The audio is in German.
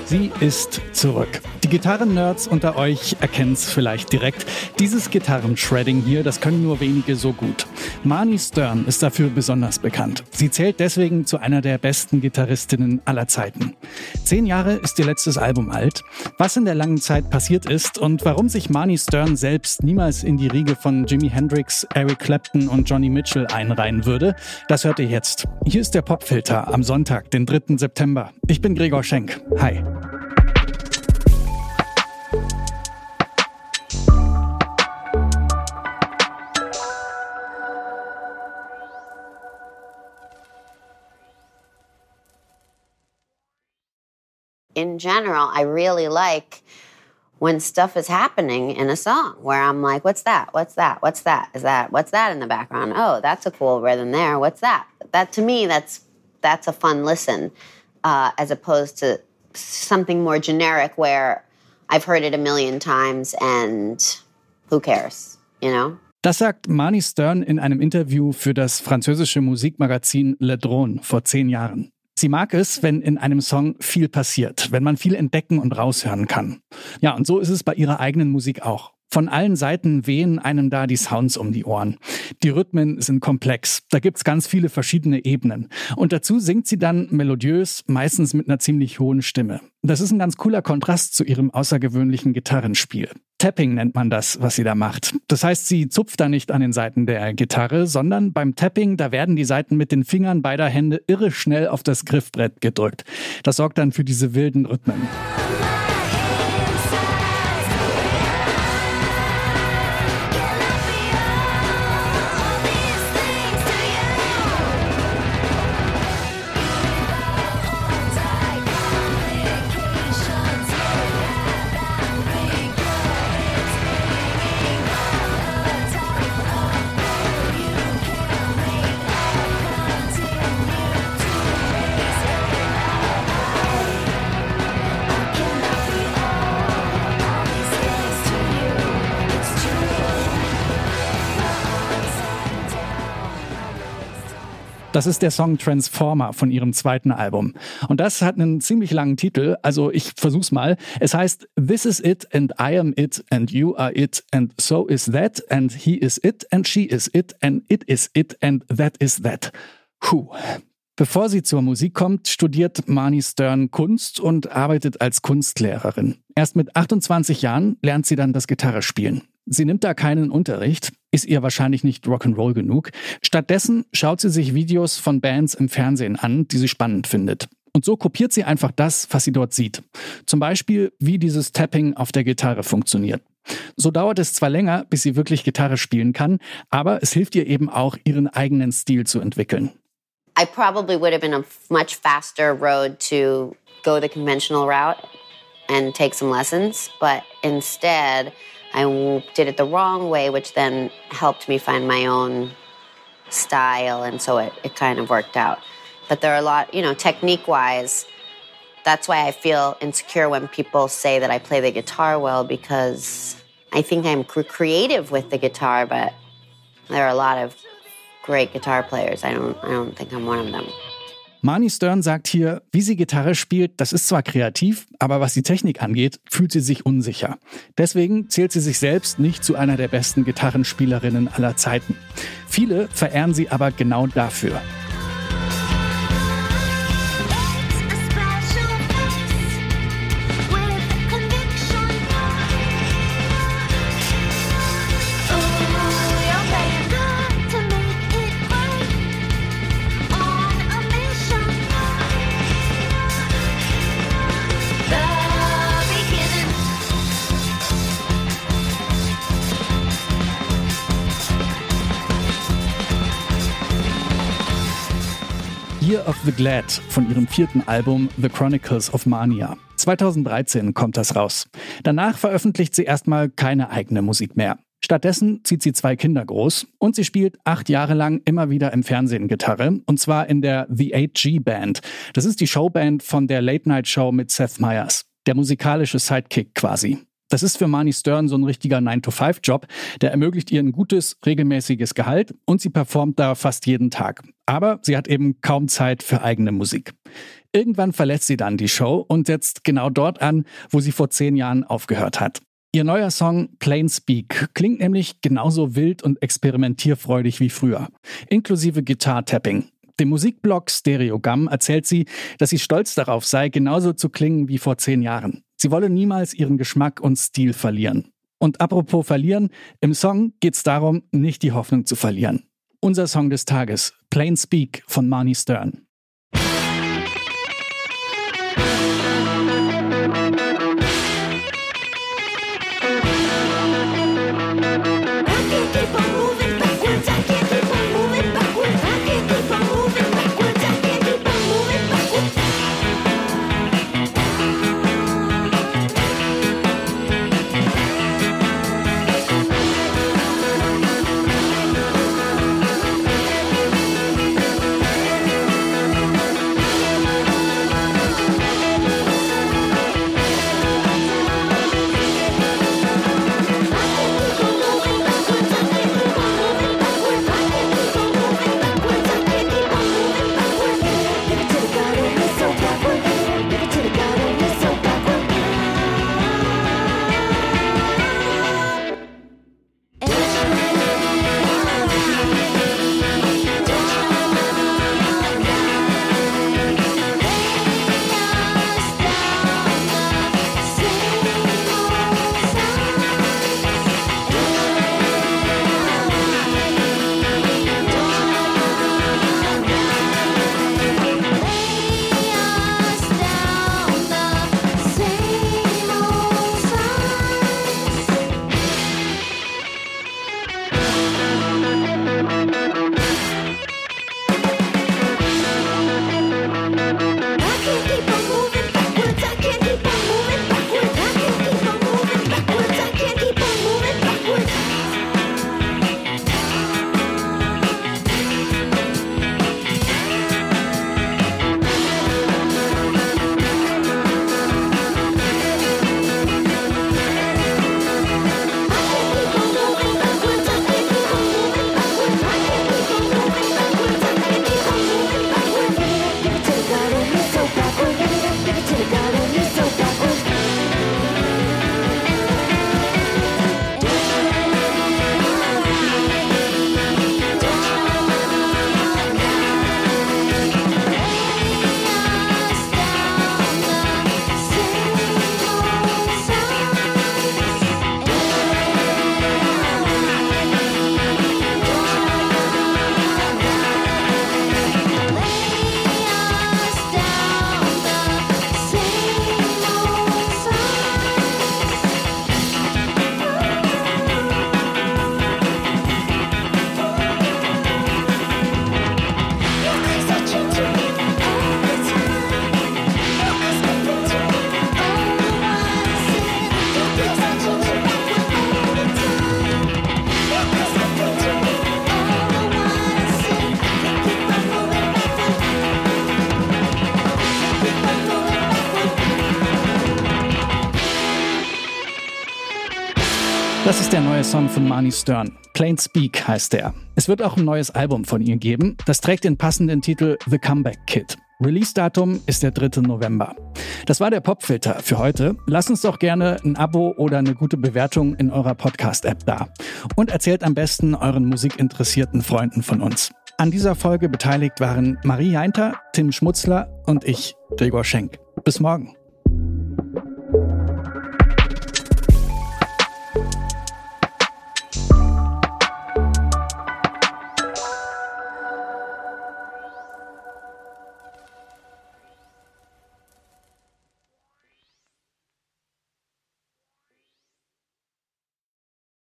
Sie ist zurück. Die Gitarren-Nerds unter euch erkennen es vielleicht direkt. Dieses Gitarrenshredding hier, das können nur wenige so gut. Marnie Stern ist dafür besonders bekannt. Sie zählt deswegen zu einer der besten Gitarristinnen aller Zeiten. 10 Jahre ist ihr letztes Album alt. Was in der langen Zeit passiert ist und warum sich Marnie Stern selbst niemals in die Riege von Jimi Hendrix, Eric Clapton und Johnny Mitchell einreihen würde, das hört ihr jetzt. Hier ist der Popfilter am Sonntag, den 3. September. Ich bin Gregor Schenk. Hi. In general, I really like when stuff is happening in a song where I'm like, what's that? What's that? What's that? What's that in the background? Oh, that's a cool rhythm there. What's that? That to me, that's a fun listen, as opposed to something more generic where I've heard it a million times and who cares, you know? Das sagt Marnie Stern in einem Interview für das französische Musikmagazin Le Drone vor 10 Jahren. Sie mag es, wenn in einem Song viel passiert, wenn man viel entdecken und raushören kann. Ja, und so ist es bei ihrer eigenen Musik auch. Von allen Seiten wehen einem da die Sounds um die Ohren. Die Rhythmen sind komplex, da gibt's ganz viele verschiedene Ebenen. Und dazu singt sie dann melodiös, meistens mit einer ziemlich hohen Stimme. Das ist ein ganz cooler Kontrast zu ihrem außergewöhnlichen Gitarrenspiel. Tapping nennt man das, was sie da macht. Das heißt, sie zupft da nicht an den Saiten der Gitarre, sondern beim Tapping, da werden die Saiten mit den Fingern beider Hände irre schnell auf das Griffbrett gedrückt. Das sorgt dann für diese wilden Rhythmen. Das ist der Song Transformer von ihrem zweiten Album. Und das hat einen ziemlich langen Titel, also ich versuch's mal. Es heißt This is it and I am it and you are it and so is that and he is it and she is it and it is it and that is that. Puh. Bevor sie zur Musik kommt, studiert Marnie Stern Kunst und arbeitet als Kunstlehrerin. Erst mit 28 Jahren lernt sie dann das Gitarrespielen. Sie nimmt da keinen Unterricht, ist ihr wahrscheinlich nicht Rock'n'Roll genug. Stattdessen schaut sie sich Videos von Bands im Fernsehen an, die sie spannend findet. Und so kopiert sie einfach das, was sie dort sieht. Zum Beispiel, wie dieses Tapping auf der Gitarre funktioniert. So dauert es zwar länger, bis sie wirklich Gitarre spielen kann, aber es hilft ihr eben auch, ihren eigenen Stil zu entwickeln. I probably would have been a much faster road to go the conventional route and take some lessons, but instead I did it the wrong way, which then helped me find my own style, and so it kind of worked out. But there are a lot, technique-wise, that's why I feel insecure when people say that I play the guitar well, because I think I'm creative with the guitar, but there are a lot of great guitar players. I don't think I'm one of them. Marnie Stern sagt hier, wie sie Gitarre spielt, das ist zwar kreativ, aber was die Technik angeht, fühlt sie sich unsicher. Deswegen zählt sie sich selbst nicht zu einer der besten Gitarrenspielerinnen aller Zeiten. Viele verehren sie aber genau dafür. Year of the Glad von ihrem 4. Album The Chronicles of Mania. 2013 kommt das raus. Danach veröffentlicht sie erstmal keine eigene Musik mehr. Stattdessen zieht sie 2 Kinder groß und sie spielt 8 Jahre lang immer wieder im Fernsehen Gitarre, und zwar in der The 8G Band. Das ist die Showband von der Late-Night-Show mit Seth Meyers. Der musikalische Sidekick quasi. Das ist für Marnie Stern so ein richtiger 9-to-5-Job, der ermöglicht ihr ein gutes, regelmäßiges Gehalt und sie performt da fast jeden Tag. Aber sie hat eben kaum Zeit für eigene Musik. Irgendwann verlässt sie dann die Show und setzt genau dort an, wo sie vor 10 Jahren aufgehört hat. Ihr neuer Song Plain Speak klingt nämlich genauso wild und experimentierfreudig wie früher, inklusive Guitar-Tapping. Dem Musikblog Stereogum erzählt sie, dass sie stolz darauf sei, genauso zu klingen wie vor 10 Jahren. Sie wolle niemals ihren Geschmack und Stil verlieren. Und apropos verlieren, im Song geht es darum, nicht die Hoffnung zu verlieren. Unser Song des Tages, Plain Speak von Marnie Stern. Das ist der neue Song von Marnie Stern. Plain Speak heißt der. Es wird auch ein neues Album von ihr geben. Das trägt den passenden Titel The Comeback Kid. Release-Datum ist der 3. November. Das war der Popfilter für heute. Lasst uns doch gerne ein Abo oder eine gute Bewertung in eurer Podcast-App da. Und erzählt am besten euren musikinteressierten Freunden von uns. An dieser Folge beteiligt waren Marie Jainter, Tim Schmutzler und ich, Gregor Schenk. Bis morgen.